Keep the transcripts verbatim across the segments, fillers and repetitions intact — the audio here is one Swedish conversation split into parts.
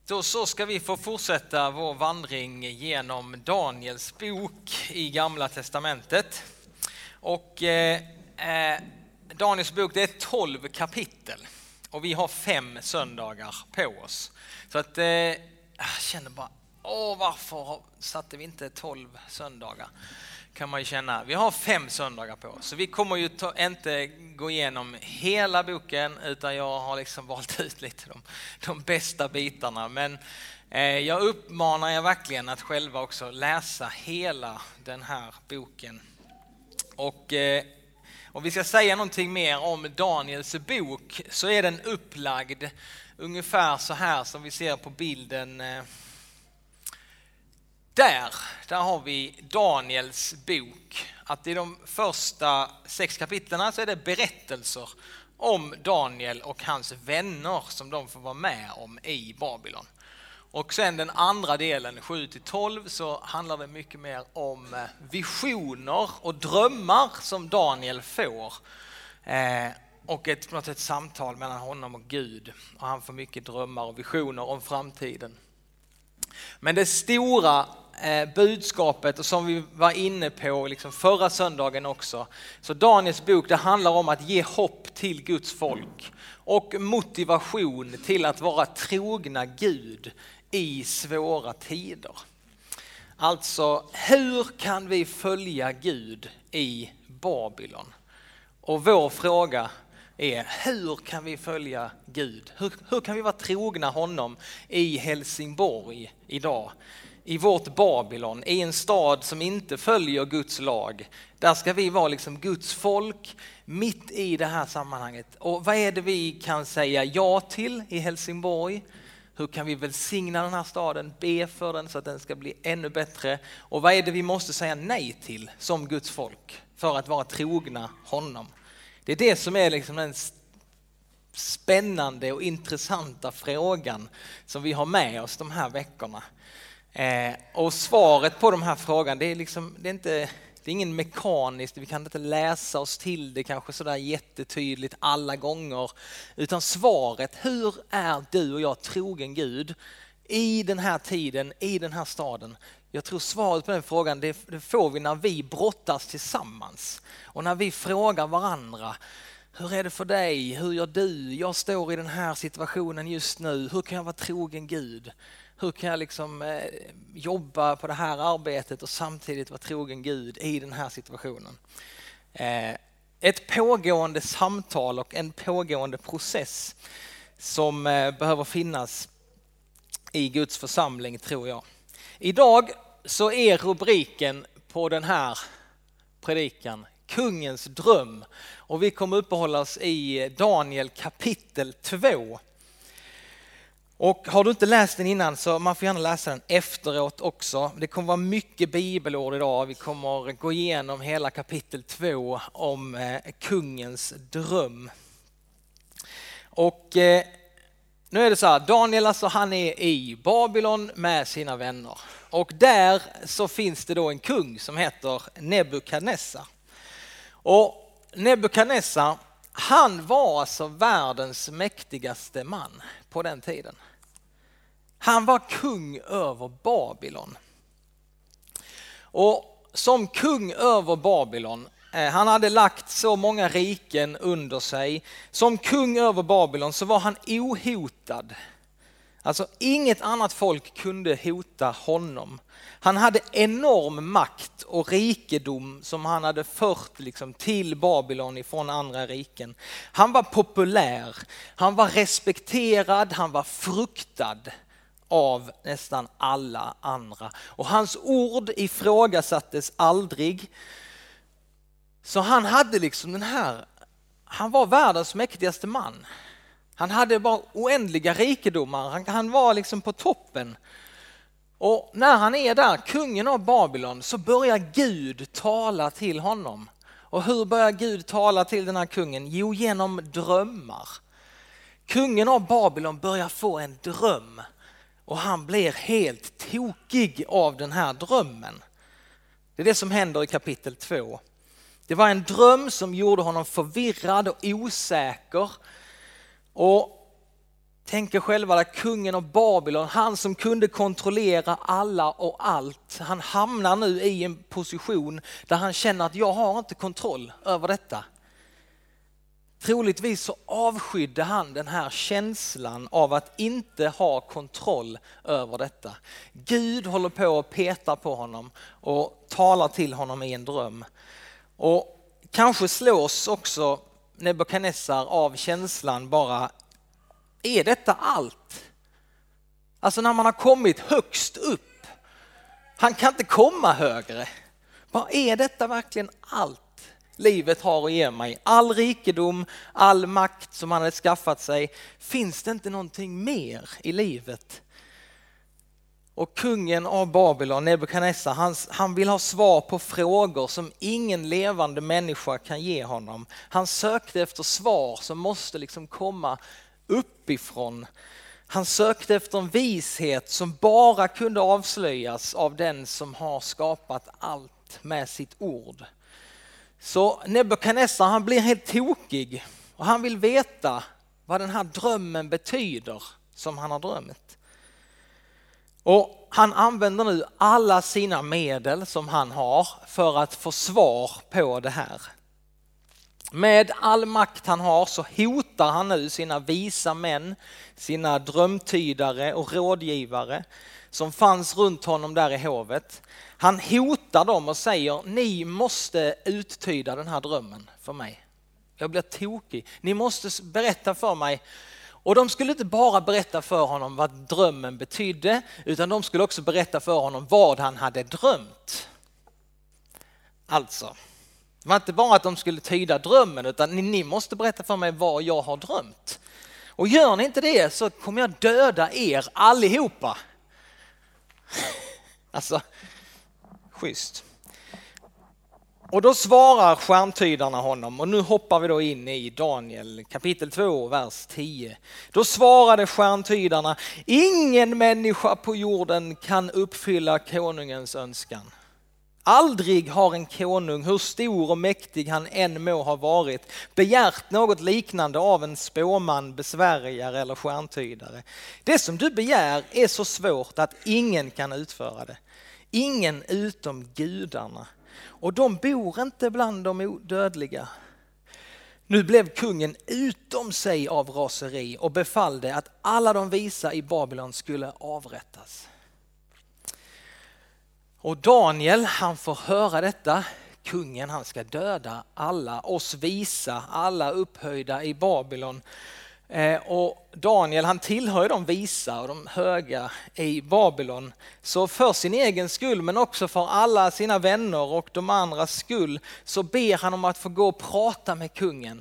Då så ska vi få fortsätta vår vandring genom Daniels bok i Gamla testamentet. Och eh, Daniels bok, det är tolv kapitel och vi har fem söndagar på oss. Så att eh, jag känner bara, åh varför satte vi inte tolv söndagar? Kan man ju känna. Vi har fem söndagar på oss. Så vi kommer ju ta, inte gå igenom hela boken, utan jag har liksom valt ut lite de, de bästa bitarna. Men eh, jag uppmanar er verkligen att själva också läsa hela den här boken. Och eh, om vi ska säga någonting mer om Daniels bok så är den upplagd ungefär så här som vi ser på bilden. Eh, Där, där har vi Daniels bok. Att i de första sex kapitlerna så är det berättelser om Daniel och hans vänner som de får vara med om i Babylon. Och sen den andra delen, sju till tolv, så handlar det mycket mer om visioner och drömmar som Daniel får. Eh, och ett, något ett samtal mellan honom och Gud. Och han får mycket drömmar och visioner om framtiden. Men det stora eh, budskapet, och som vi var inne på liksom förra söndagen också, så Daniels bok, det handlar om att ge hopp till Guds folk och motivation till att vara trogna Gud i svåra tider. Alltså, hur kan vi följa Gud i Babylon? Och vår fråga är, hur kan vi följa Gud? Hur, hur kan vi vara trogna honom i Helsingborg idag? I vårt Babylon, i en stad som inte följer Guds lag. Där ska vi vara liksom Guds folk mitt i det här sammanhanget. Och vad är det vi kan säga ja till i Helsingborg? Hur kan vi välsigna den här staden, be för den så att den ska bli ännu bättre? Och vad är det vi måste säga nej till som Guds folk för att vara trogna honom? Det är det som är liksom den spännande och intressanta frågan som vi har med oss de här veckorna. Eh, och svaret på de här frågorna, det är liksom, det är inte, det är ingen mekaniskt, vi kan inte läsa oss till det kanske sådär jättetydligt alla gånger. Utan svaret, hur är du och jag trogen Gud i den här tiden, i den här staden? Jag tror svaret på den frågan, det, det får vi när vi brottas tillsammans. Och när vi frågar varandra, hur är det för dig? Hur gör du? Jag står i den här situationen just nu. Hur kan jag vara trogen Gud? Hur kan jag liksom eh, jobba på det här arbetet och samtidigt vara trogen Gud i den här situationen? Eh, ett pågående samtal och en pågående process som eh, behöver finnas i Guds församling, tror jag. Idag så är rubriken på den här predikan Kungens dröm, och vi kommer uppehålla oss i Daniel kapitel två. Och har du inte läst den innan så man får gärna läsa den efteråt också. Det kommer vara mycket bibelord idag. Vi kommer gå igenom hela kapitel två om eh, kungens dröm. Och eh, nu är det så här, Daniel alltså han är i Babylon med sina vänner. Och där så finns det då en kung som heter Nebukadnessar. Och Nebukadnessar, han var alltså världens mäktigaste man på den tiden. Han var kung över Babylon. Och som kung över Babylon, eh, han hade lagt så många riken under sig. Som kung över Babylon så var han ohotad. Alltså inget annat folk kunde hota honom. Han hade enorm makt och rikedom som han hade fört liksom till Babylon ifrån andra riken. Han var populär, han var respekterad, han var fruktad av nästan alla andra. Och hans ord ifrågasattes aldrig. Så han hade liksom den här, han var världens mäktigaste man. Han hade bara oändliga rikedomar, han, han var liksom på toppen. Och när han är där, kungen av Babylon, så börjar Gud tala till honom. Och hur börjar Gud tala till den här kungen? Jo, genom drömmar. Kungen av Babylon börjar få en dröm. Och han blir helt tokig av den här drömmen. Det är det som händer i kapitel två. Det var en dröm som gjorde honom förvirrad och osäker. Och Tänk er själva att kungen av Babylon, han som kunde kontrollera alla och allt, han hamnar nu i en position där han känner att jag har inte kontroll över detta. Troligtvis så avskydde han den här känslan av att inte ha kontroll över detta. Gud håller på att peta på honom och talar till honom i en dröm. Och kanske slås också Nebukadnessar av känslan bara, är detta allt? Alltså när man har kommit högst upp, han kan inte komma högre. Vad är detta verkligen allt livet har att ge mig? All rikedom, all makt som han hade skaffat sig. Finns det inte någonting mer i livet? Och kungen av Babylon, Nebukadnessar, han, han vill ha svar på frågor som ingen levande människa kan ge honom. Han sökte efter svar som måste liksom komma uppifrån. Han sökte efter en vishet som bara kunde avslöjas av den som har skapat allt med sitt ord. Så Nebukadnessar, han blir helt tokig och han vill veta vad den här drömmen betyder som han har drömt. Och han använder nu alla sina medel som han har för att få svar på det här. Med all makt han har så hotar han nu sina visa män, sina drömtydare och rådgivare som fanns runt honom där i hovet. Han hotar dem och säger, ni måste uttyda den här drömmen för mig. Jag blir tokig. Ni måste berätta för mig. Och de skulle inte bara berätta för honom vad drömmen betydde, utan de skulle också berätta för honom vad han hade drömt. Alltså, det var inte bara att de skulle tyda drömmen, utan ni, ni måste berätta för mig vad jag har drömt. Och gör ni inte det så kommer jag döda er allihopa. Alltså, schysst. Och då svarar stjärntydarna honom, och nu hoppar vi då in i Daniel kapitel två, vers tio. Då svarade stjärntydarna, ingen människa på jorden kan uppfylla konungens önskan. Aldrig har en konung, hur stor och mäktig han än må ha varit, begärt något liknande av en spåman, besvärjare eller stjärntydare. Det som du begär är så svårt att ingen kan utföra det. Ingen utom gudarna. Och de bor inte bland de dödliga. Nu blev kungen utom sig av raseri och befallde att alla de visa i Babylon skulle avrättas. Och Daniel, han får höra detta. Kungen, han ska döda alla oss visa, alla upphöjda i Babylon. Eh, och Daniel, han tillhör de visa och de höga i Babylon. Så för sin egen skull, men också för alla sina vänner och de andras skull, så ber han om att få gå och prata med kungen.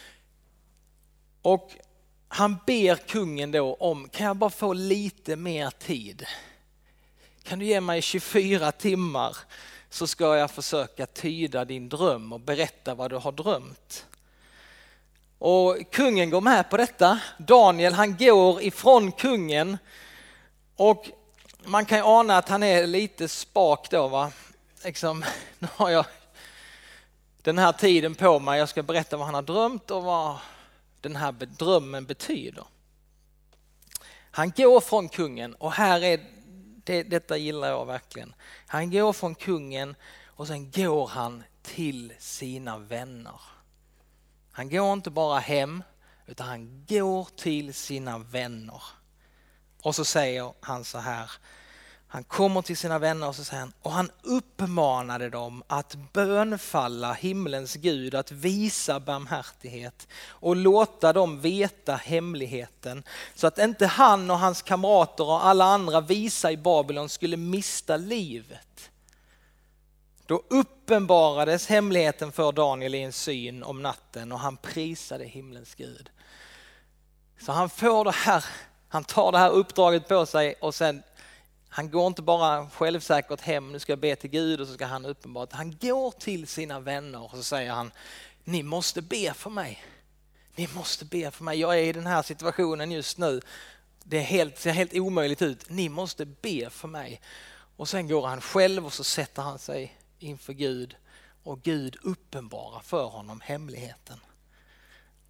Och han ber kungen då om, kan jag bara få lite mer tid? Kan du ge mig tjugofyra timmar så ska jag försöka tyda din dröm och berätta vad du har drömt. Och kungen går med på detta. Daniel, han går ifrån kungen och man kan ju ana att han är lite spak då, va? Liksom, nu har jag den här tiden på mig, jag ska berätta vad han har drömt och vad den här drömmen betyder. Han går från kungen och här är det, detta gillar jag verkligen. Han går från kungen och sen går han till sina vänner. Han går inte bara hem utan han går till sina vänner. Och så säger han så här. Han kommer till sina vänner och så säger han, och han uppmanade dem att bönfalla himlens Gud, att visa barmhärtighet och låta dem veta hemligheten så att inte han och hans kamrater och alla andra visa i Babylon skulle mista livet. Då uppenbarades hemligheten för Daniel i en syn om natten och han prisade himlens Gud. Så han får det här, han tar det här uppdraget på sig och sen han går inte bara självsäkert hem, nu ska jag be till Gud och så ska han uppenbart. Han går till sina vänner och så säger han, ni måste be för mig. Ni måste be för mig, jag är i den här situationen just nu. Det är helt, ser helt omöjligt ut, ni måste be för mig. Och sen går han själv och så sätter han sig inför Gud och Gud uppenbarar för honom hemligheten.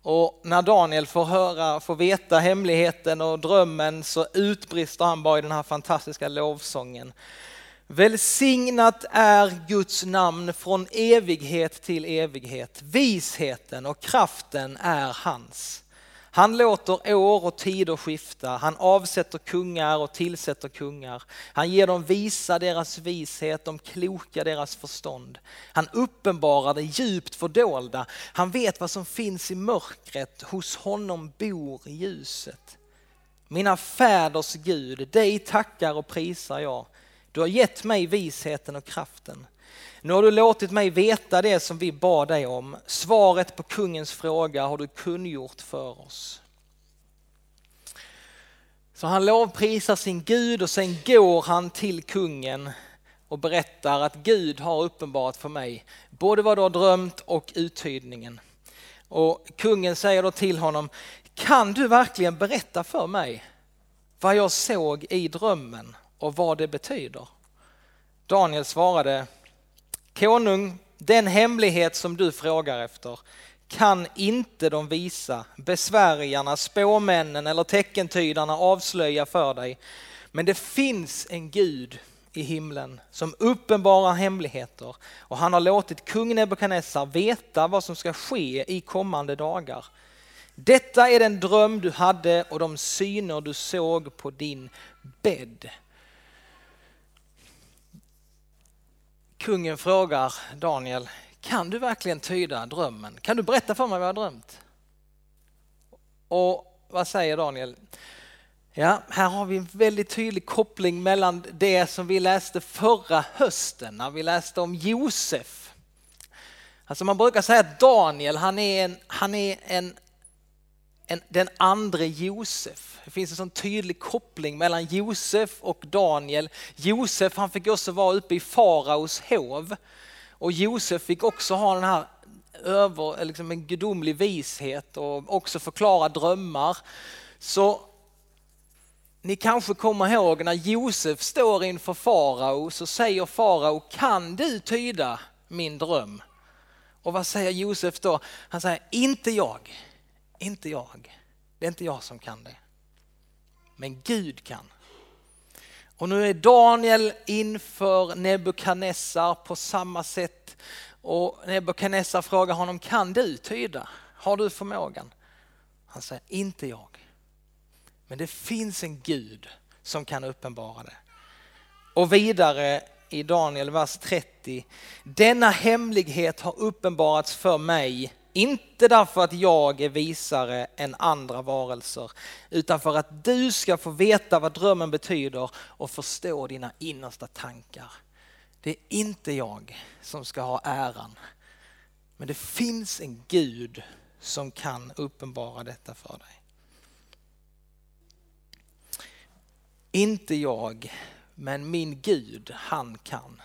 Och när Daniel får höra, får veta hemligheten och drömmen, så utbrister han bara i den här fantastiska lovsången. Välsignat är Guds namn från evighet till evighet. Visheten och kraften är hans. Han låter år och tider skifta. Han avsätter kungar och tillsätter kungar. Han ger dem visa deras vishet, de kloka deras förstånd. Han uppenbarar det djupt fördolda. Han vet vad som finns i mörkret. Hos honom bor ljuset. Mina fäders Gud, dig tackar och prisar jag. Du har gett mig visheten och kraften. Nu har du låtit mig veta det som vi bad dig om. Svaret på kungens fråga har du kungjort för oss. Så han lovprisar sin Gud och sen går han till kungen och berättar att Gud har uppenbarat för mig både vad du har drömt och uttydningen. Och kungen säger då till honom: kan du verkligen berätta för mig vad jag såg i drömmen och vad det betyder? Daniel svarade: konung, den hemlighet som du frågar efter kan inte de visa, besvärjarna, spåmännen eller teckentydarna avslöja för dig. Men det finns en Gud i himlen som uppenbarar hemligheter, och han har låtit kung Nebukadnessar veta vad som ska ske i kommande dagar. Detta är den dröm du hade och de syner du såg på din bädd. Kungen frågar Daniel: kan du verkligen tyda drömmen? Kan du berätta för mig vad jag har drömt? Och vad säger Daniel? Ja, här har vi en väldigt tydlig koppling mellan det som vi läste förra hösten när vi läste om Josef. Alltså man brukar säga att Daniel, han är en, han är en, en, den andra Josef. Det finns en sån tydlig koppling mellan Josef och Daniel. Josef, han fick också vara uppe i faraos hov. Och Josef fick också ha den här över, liksom en gudomlig vishet och också förklara drömmar. Så ni kanske kommer ihåg när Josef står inför farao, så säger farao: kan du tyda min dröm? Och vad säger Josef då? Han säger: inte jag, inte jag. Det är inte jag som kan det. Men Gud kan. Och nu är Daniel inför Nebukadnessar på samma sätt. Och Nebukadnessar frågar honom: kan du tyda? Har du förmågan? Han säger: inte jag. Men det finns en Gud som kan uppenbara det. Och vidare i Daniel vers trettio: denna hemlighet har uppenbarats för mig, inte därför att jag är visare än andra varelser, utan för att du ska få veta vad drömmen betyder och förstå dina innersta tankar. Det är inte jag som ska ha äran, men det finns en Gud som kan uppenbara detta för dig. Inte jag, men min Gud, han kan.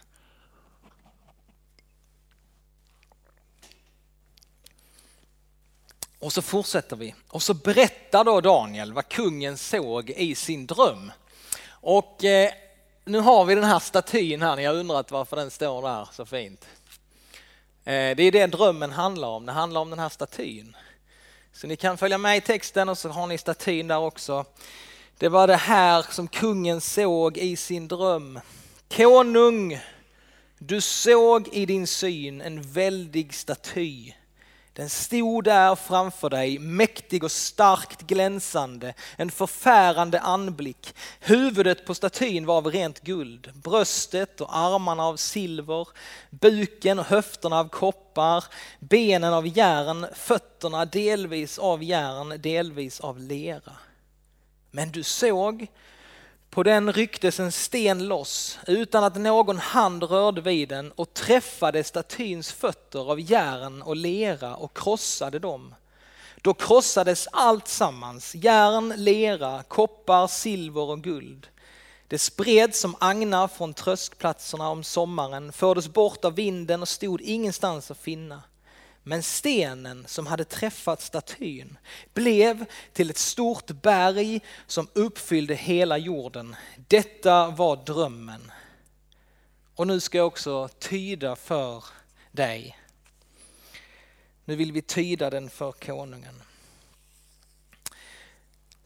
Och så fortsätter vi. Och så berättar då Daniel vad kungen såg i sin dröm. Och eh, nu har vi den här statyn här. Ni har undrat varför den står där så fint. Eh, det är det drömmen handlar om. Det handlar om den här statyn. Så ni kan följa med i texten och så har ni statyn där också. Det var det här som kungen såg i sin dröm. Konung, du såg i din syn en väldig staty. Den stod där framför dig, mäktig och starkt glänsande, en förfärande anblick. Huvudet på statyn var av rent guld, bröstet och armarna av silver, buken och höfterna av koppar, benen av järn, fötterna delvis av järn, delvis av lera. Men du såg, på den rycktes en sten loss utan att någon hand rörde vid den och träffade statyns fötter av järn och lera och krossade dem. Då krossades allt sammans, järn, lera, koppar, silver och guld. Det spreds som agnar från tröskplatserna om sommaren, fördes bort av vinden och stod ingenstans att finna. Men stenen som hade träffat statyn blev till ett stort berg som uppfyllde hela jorden. Detta var drömmen. Och nu ska jag också tyda för dig. Nu vill vi tyda den för konungen.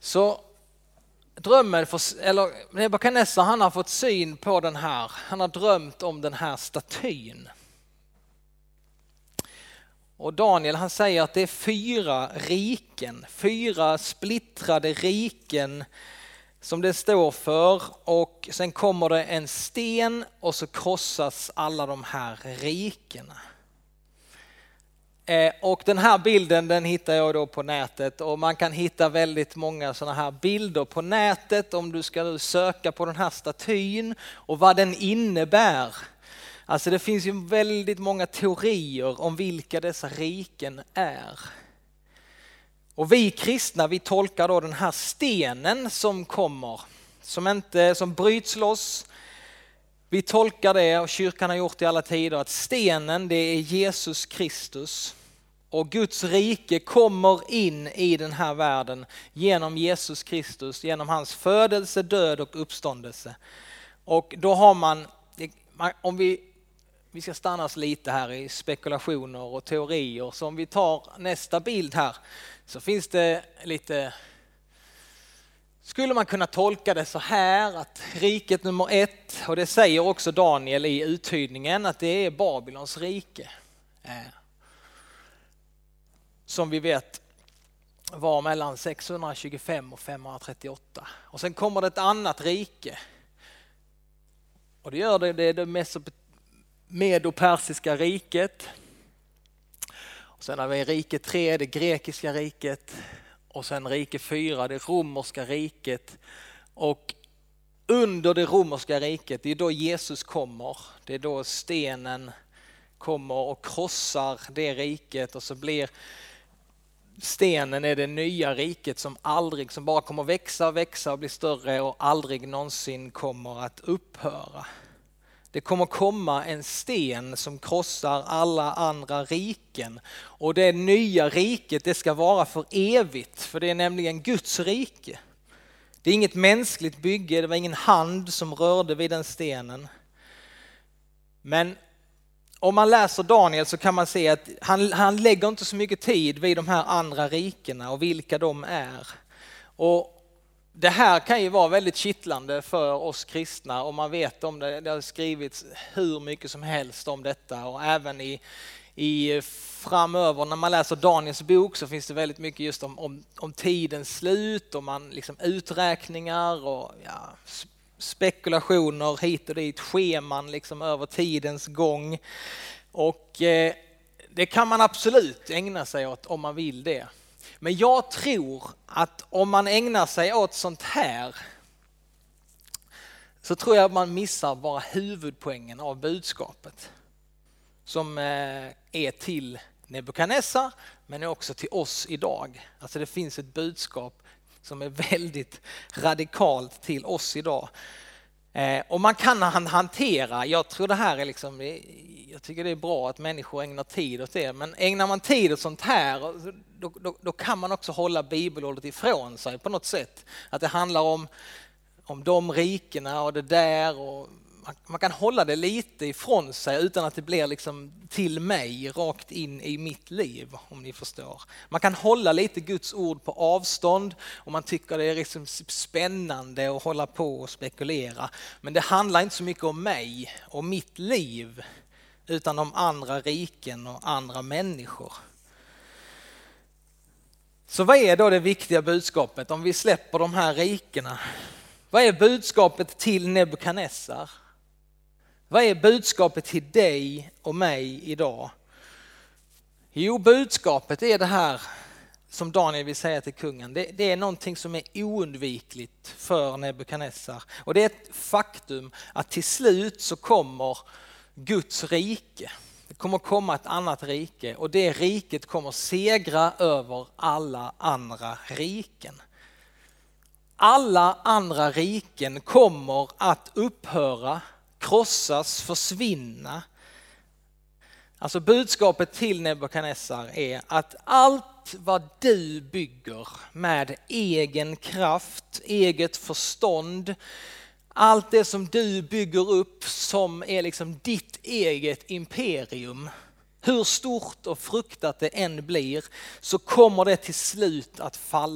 Så drömmen, för, eller Nebukadnessar, han har fått syn på den här. Han har drömt om den här statyn. Och Daniel, han säger att det är fyra riken, fyra splittrade riken som det står för, och sen kommer det en sten och så krossas alla de här rikena. Eh, och den här bilden, den hittar jag då på nätet, och man kan hitta väldigt många sådana här bilder på nätet om du ska söka på den här statyn och vad den innebär. Alltså det finns ju väldigt många teorier om vilka dessa riken är. Och vi kristna, vi tolkar då den här stenen som kommer, som inte, som bryts loss. Vi tolkar det, och kyrkan har gjort det i alla tider, att stenen, det är Jesus Kristus. Och Guds rike kommer in i den här världen genom Jesus Kristus, genom hans födelse, död och uppståndelse. Och då har man, om vi, vi ska stanna oss lite här i spekulationer och teorier, så om vi tar nästa bild här, så finns det lite, skulle man kunna tolka det så här, att riket nummer ett, och det säger också Daniel i uttydningen, att det är Babylons rike. Som vi vet var mellan sexhundratjugofem och femhundratrettioåtta. Och sen kommer det ett annat rike. Och det gör det, det är det medo-persiska riket. Och sen har vi rike tre, det grekiska riket. Och sen rike fyra, det romerska riket. Och under det romerska riket, det är då Jesus kommer. Det är då stenen kommer och krossar det riket, och så blir stenen är det nya riket som aldrig, som bara kommer växa och växa och bli större och aldrig någonsin kommer att upphöra. Det kommer komma en sten som krossar alla andra riken, och det nya riket, det ska vara för evigt, för det är nämligen Guds rike. Det är inget mänskligt bygge, det var ingen hand som rörde vid den stenen. Men om man läser Daniel så kan man se att han, han lägger inte så mycket tid vid de här andra rikena och vilka de är. Och det här kan ju vara väldigt kittlande för oss kristna, om man vet om det. Det har skrivits hur mycket som helst om detta, och även i, i framöver när man läser Daniels bok så finns det väldigt mycket just om, om, om tidens slut, och man liksom uträkningar och ja, spekulationer hit och dit, scheman liksom över tidens gång. Och eh, det kan man absolut ägna sig åt om man vill det. Men jag tror att om man ägnar sig åt sånt här, så tror jag att man missar bara huvudpoängen av budskapet. Som eh, är till Nebukadnessar, men är också till oss idag. Alltså det finns ett budskap som är väldigt radikalt till oss idag. Eh, och man kan hantera, jag tror det här är liksom, jag tycker det är bra att människor ägnar tid åt det, men ägnar man tid åt sånt här, då, då, då kan man också hålla bibelordet ifrån sig på något sätt. Att det handlar om, om de rikena och det där, och man, man kan hålla det lite ifrån sig utan att det blir liksom till mig, rakt in i mitt liv, om ni förstår. Man kan hålla lite Guds ord på avstånd, och man tycker det är liksom spännande att hålla på och spekulera. Men det handlar inte så mycket om mig och mitt liv, utan om andra riken och andra människor. Så vad är då det viktiga budskapet om vi släpper de här rikena? Vad är budskapet till Nebukadnessar? Vad är budskapet till dig och mig idag? Jo, budskapet är det här som Daniel vill säga till kungen. Det, det är någonting som är oundvikligt för Nebukadnessar. Och det är ett faktum att till slut så kommer Guds rike. Det kommer komma ett annat rike, och det riket kommer segra över alla andra riken. Alla andra riken kommer att upphöra, krossas, försvinna. Alltså budskapet till Nebukadnessar är att allt vad du bygger med egen kraft, eget förstånd, allt det som du bygger upp som är liksom ditt eget imperium, hur stort och fruktat det än blir, så kommer det till slut att falla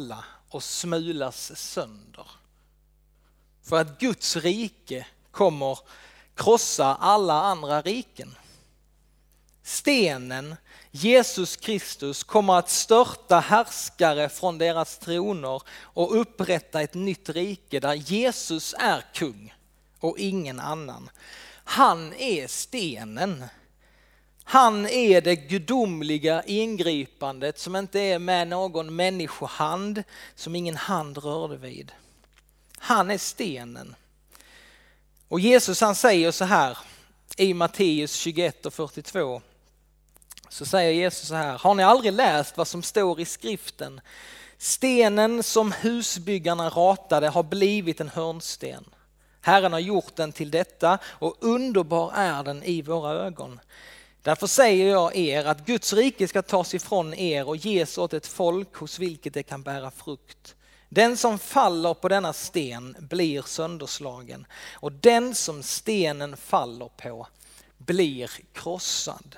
och smulas sönder. För att Guds rike kommer krossa alla andra riken. Stenen, Jesus Kristus, kommer att störta härskare från deras troner och upprätta ett nytt rike där Jesus är kung och ingen annan. Han är stenen. Han är det gudomliga ingripandet som inte är med någon människohand, som ingen hand rörde vid. Han är stenen. Och Jesus han säger så här i Matteus tjugoett och fyrtiotvå. Så säger Jesus så här: har ni aldrig läst vad som står i skriften? Stenen som husbyggarna ratade har blivit en hörnsten. Herren har gjort den till detta och underbar är den i våra ögon. Därför säger jag er att Guds rike ska tas ifrån er och ges åt ett folk hos vilket det kan bära frukt. Den som faller på denna sten blir sönderslagen och den som stenen faller på blir krossad.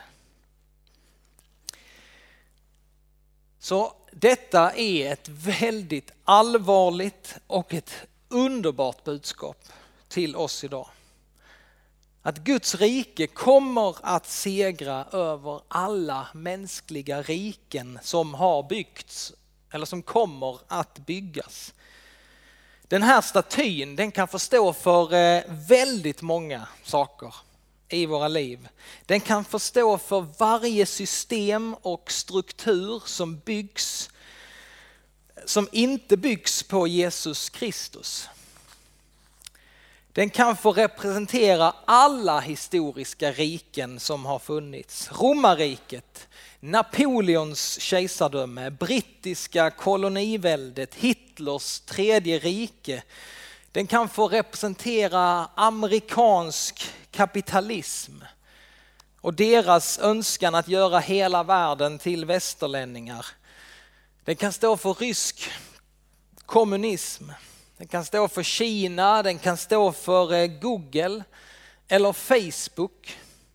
Så detta är ett väldigt allvarligt och ett underbart budskap till oss idag. Att Guds rike kommer att segra över alla mänskliga riken som har byggts eller som kommer att byggas. Den här statyn, den kan få stå för väldigt många saker i våra liv. Den kan få stå för varje system och struktur som byggs, som inte byggs på Jesus Kristus. Den kan få representera alla historiska riken som har funnits. Romarriket, Napoleons kejsardöme, brittiska koloniväldet, Hitlers tredje rike. Den kan få representera amerikansk kapitalism och deras önskan att göra hela världen till västerlänningar. Den kan stå för rysk kommunism. Den kan stå för Kina, den kan stå för Google eller Facebook.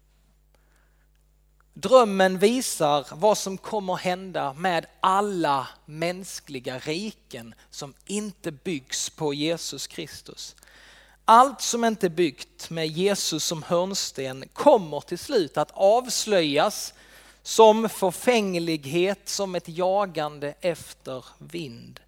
Drömmen visar vad som kommer hända med alla mänskliga riken som inte byggs på Jesus Kristus. Allt som inte är byggt med Jesus som hörnsten kommer till slut att avslöjas som förfänglighet, som ett jagande efter vind.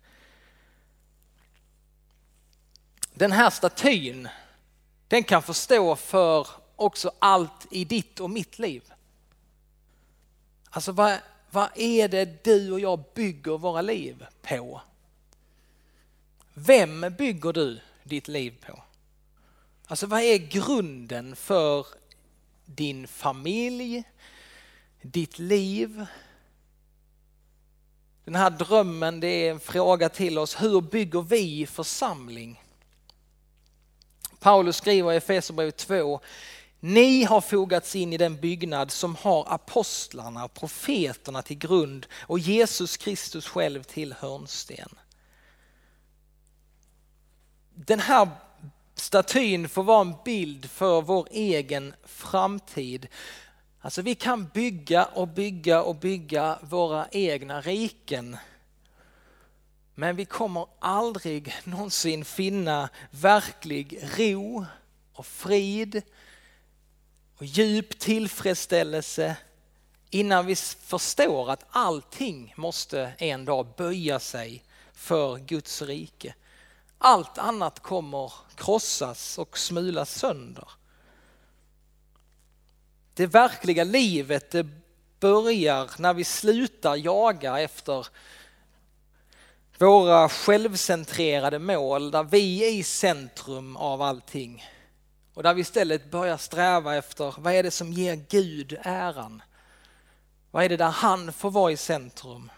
Den här statyn, den kan få stå för också allt i ditt och mitt liv. Alltså vad, vad är det du och jag bygger våra liv på? Vem bygger du ditt liv på? Alltså vad är grunden för din familj, ditt liv? Den här drömmen, det är en fråga till oss. Hur bygger vi församling? Paulus skriver i Efesierbrevet två: ni har fogats in i den byggnad som har apostlarna och profeterna till grund och Jesus Kristus själv till hörnsten. Den här statyn får vara en bild för vår egen framtid. Alltså vi kan bygga och bygga och bygga våra egna riken. Men vi kommer aldrig någonsin finna verklig ro och frid och djup tillfredsställelse innan vi förstår att allting måste en dag böja sig för Guds rike. Allt annat kommer krossas och smulas sönder. Det verkliga livet, det börjar när vi slutar jaga efter våra självcentrerade mål, där vi är i centrum av allting. Och där vi istället börjar sträva efter vad är det som ger Gud äran? Vad är det där han får vara i centrum?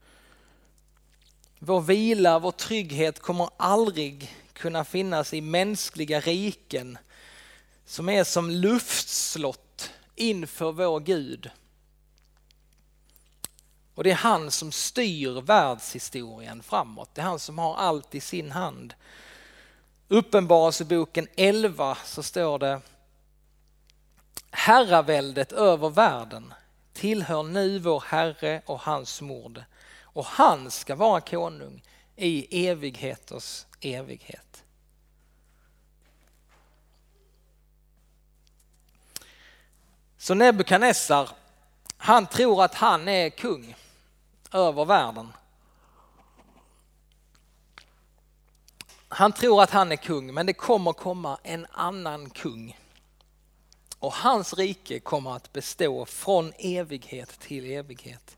Vår vila, vår trygghet kommer aldrig kunna finnas i mänskliga riken som är som luftslott inför vår Gud. Och det är han som styr världshistorien framåt. Det är han som har allt i sin hand. Uppenbarelseboken elva så står det: herraväldet över världen tillhör nu vår Herre och hans mord. Och han ska vara konung i evigheters evighet. Så Nebukadnessar, han tror att han är kung över världen. Han tror att han är kung, men det kommer komma en annan kung. Och hans rike kommer att bestå från evighet till evighet.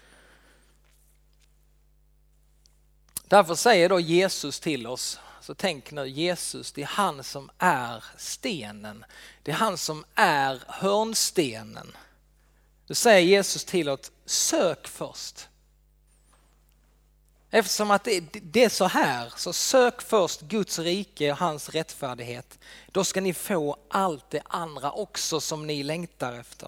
Därför säger då Jesus till oss, så tänk nu, Jesus, det är han som är stenen. Det är han som är hörnstenen. Då säger Jesus till oss, sök först. Eftersom att det, det är så här, så sök först Guds rike och hans rättfärdighet. Då ska ni få allt det andra också som ni längtar efter.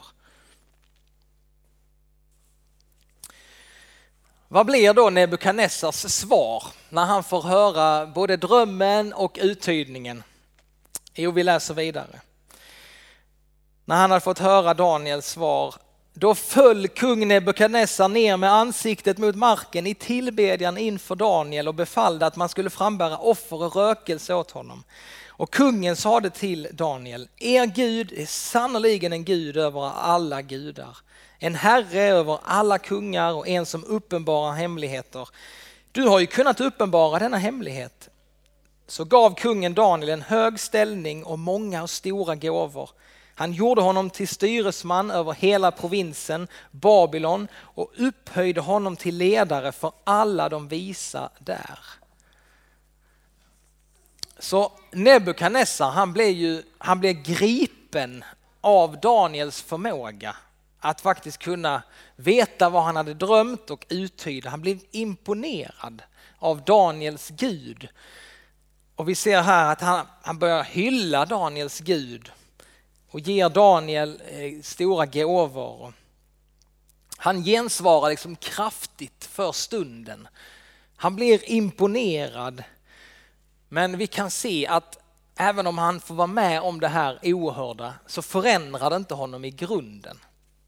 Vad blir då Nebukadnessars svar när han får höra både drömmen och uttydningen? Jo, vi läser vidare. När han hade fått höra Daniels svar, då föll kung Nebukadnessar ner med ansiktet mot marken i tillbedjan inför Daniel och befallde att man skulle frambära offer och rökelse åt honom. Och kungen sade till Daniel, er Gud är sannoliken en Gud över alla gudar. En herre över alla kungar och en som uppenbarar hemligheter. Du har ju kunnat uppenbara denna hemlighet. Så gav kungen Daniel en hög ställning och många och stora gåvor. Han gjorde honom till styresman över hela provinsen Babylon och upphöjde honom till ledare för alla de visa där. Så Nebukadnessar, han blev ju han blev gripen av Daniels förmåga att faktiskt kunna veta vad han hade drömt och uttyda. Han blev imponerad av Daniels Gud. Och vi ser här att han, han börjar hylla Daniels Gud och ger Daniel eh, stora gåvor. Han gensvarar liksom kraftigt för stunden. Han blir imponerad. Men vi kan se att även om han får vara med om det här oerhörda så förändrar det inte honom i grunden.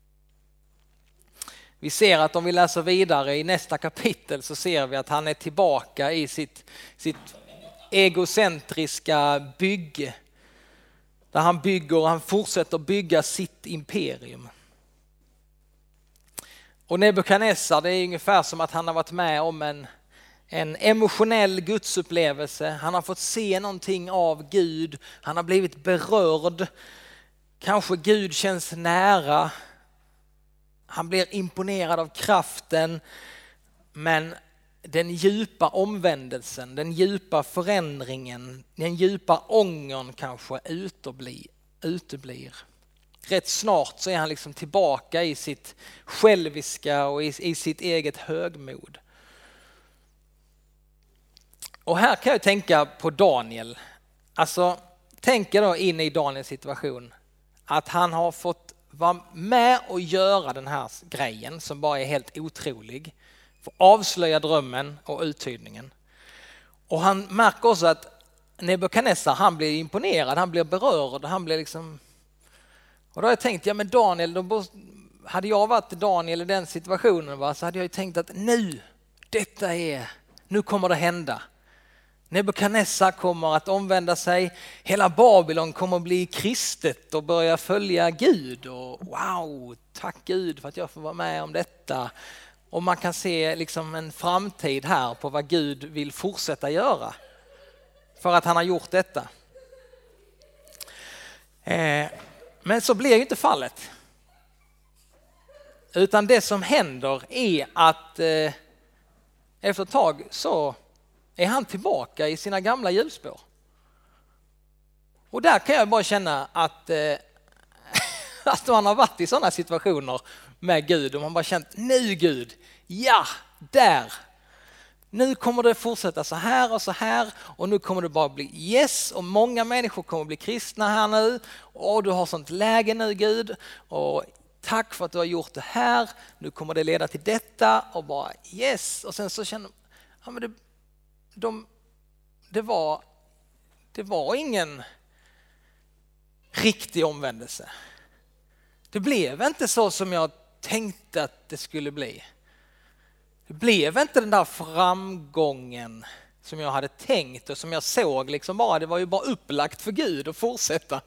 Vi ser att om vi läser vidare i nästa kapitel så ser vi att han är tillbaka i sitt, sitt egocentriska bygge. Där han bygger och han fortsätter bygga sitt imperium. Och Nebukadnessar, det är ungefär som att han har varit med om en, en emotionell gudsupplevelse. Han har fått se någonting av Gud. Han har blivit berörd. Kanske Gud känns nära. Han blir imponerad av kraften. Men den djupa omvändelsen, den djupa förändringen, den djupa ångern kanske uteblir. uteblir. Rätt snart så är han liksom tillbaka i sitt själviska och i, i sitt eget högmod. Och här kan jag tänka på Daniel. Alltså, tänk då in i Daniels situation. Att han har fått vara med och göra den här grejen som bara är helt otrolig. Få avslöja drömmen och uttydningen. Och han märker också att Nebukadnessar, han blir imponerad, han blir berörd, han blir liksom... Och då har jag tänkt, ja men Daniel, då hade jag varit Daniel i den situationen, va, så hade jag ju tänkt att nu, detta är, nu kommer det hända. Nebukadnessar kommer att omvända sig, hela Babylon kommer att bli kristet och börja följa Gud. Och wow, tack Gud för att jag får vara med om detta. Och man kan se liksom en framtid här på vad Gud vill fortsätta göra. För att han har gjort detta. Eh, men så blir ju inte fallet. Utan det som händer är att eh, efter ett tag så är han tillbaka i sina gamla hjulspår. Och där kan jag bara känna att, eh, att man har varit i sådana situationer med Gud och man bara känt, nu Gud, ja, där. Nu kommer det fortsätta så här och så här och nu kommer det bara bli yes och många människor kommer bli kristna här nu och du har sånt läge nu Gud och tack för att du har gjort det här, nu kommer det leda till detta och bara yes och sen så känner ja, men det, de, det, var, det var ingen riktig omvändelse. Det blev inte så som jag tänkte att det skulle bli. Det blev inte den där framgången som jag hade tänkt och som jag såg liksom bara, det var ju bara upplagt för Gud att fortsätta.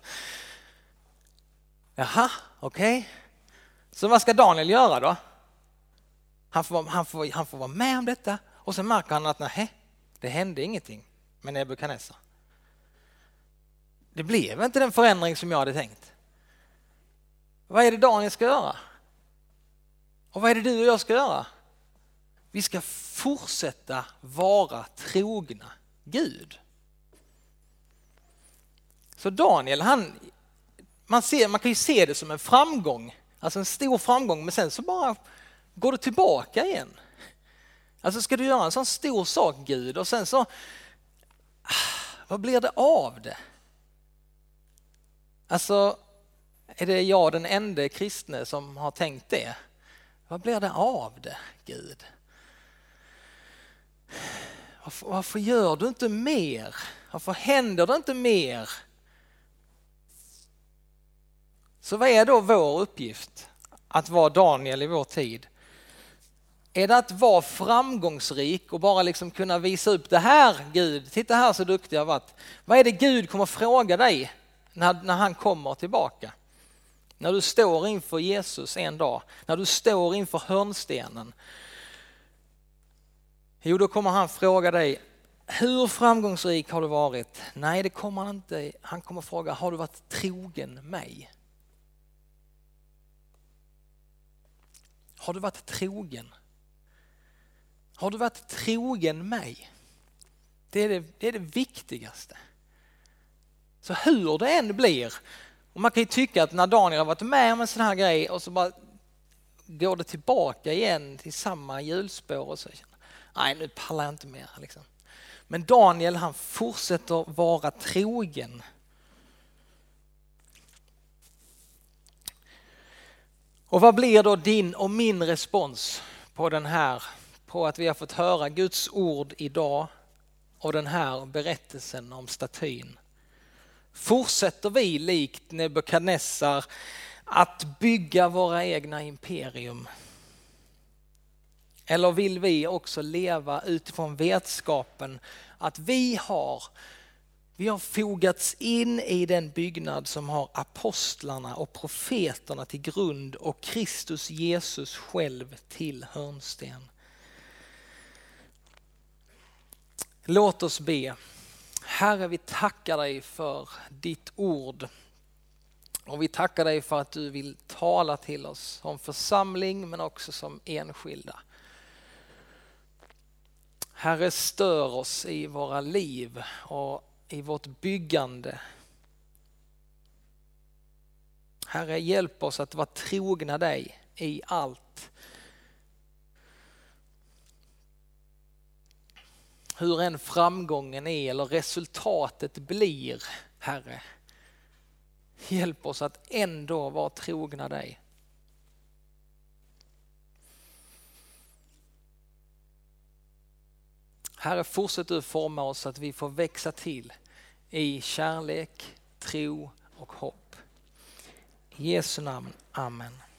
Jaha, okej. Okay. Så vad ska Daniel göra då? Han får, han, får, han får vara med om detta och sen märker han att nej, det hände ingenting med Nebukadnessar. Det blev inte den förändring som jag hade tänkt. Vad är det Daniel ska göra? Och vad är det du och jag ska göra? Vi ska fortsätta vara trogna Gud. Så Daniel, han, man, ser, man kan ju se det som en framgång. Alltså en stor framgång, men sen så bara går du tillbaka igen. Alltså ska du göra en sån stor sak Gud och sen så, vad blir det av det? Alltså är det jag den enda kristne som har tänkt det? Vad blir det av det Gud? Varför, varför gör du inte mer? Varför händer det inte mer? Så vad är då vår uppgift att vara Daniel i vår tid? Är det att vara framgångsrik och bara liksom kunna visa upp det här Gud, titta här så duktig jag har varit. Vad är det Gud kommer fråga dig när, när han kommer tillbaka? När du står inför Jesus en dag, när du står inför hörnstenen. Jo, då kommer han fråga dig, hur framgångsrik har du varit? Nej, det kommer han inte. Han kommer fråga, har du varit trogen mig? Har du varit trogen? Har du varit trogen mig? Det är det, det är det viktigaste. Så hur det än blir, och man kan ju tycka att när Daniel har varit med om en sån här grej och så bara går det tillbaka igen till samma hjulspår och så nej, nu pallar jag inte mer liksom. Men Daniel, han fortsätter vara trogen. Och vad blir då din och min respons på den här, på att vi har fått höra Guds ord idag och den här berättelsen om statyn? Fortsätter vi likt Nebukadnessar att bygga våra egna imperium? Eller vill vi också leva utifrån vetskapen att vi har, vi har fogats in i den byggnad som har apostlarna och profeterna till grund och Kristus Jesus själv till hörnsten? Låt oss be. Herre, vi tackar dig för ditt ord. Och vi tackar dig för att du vill tala till oss som församling men också som enskilda. Herre, stör oss i våra liv och i vårt byggande. Herre, hjälp oss att vara trogna dig i allt. Hur en framgången är eller resultatet blir, Herre. Hjälp oss att ändå vara trogna dig. Herre, fortsätt du forma oss så att vi får växa till i kärlek, tro och hopp. I Jesu namn, amen.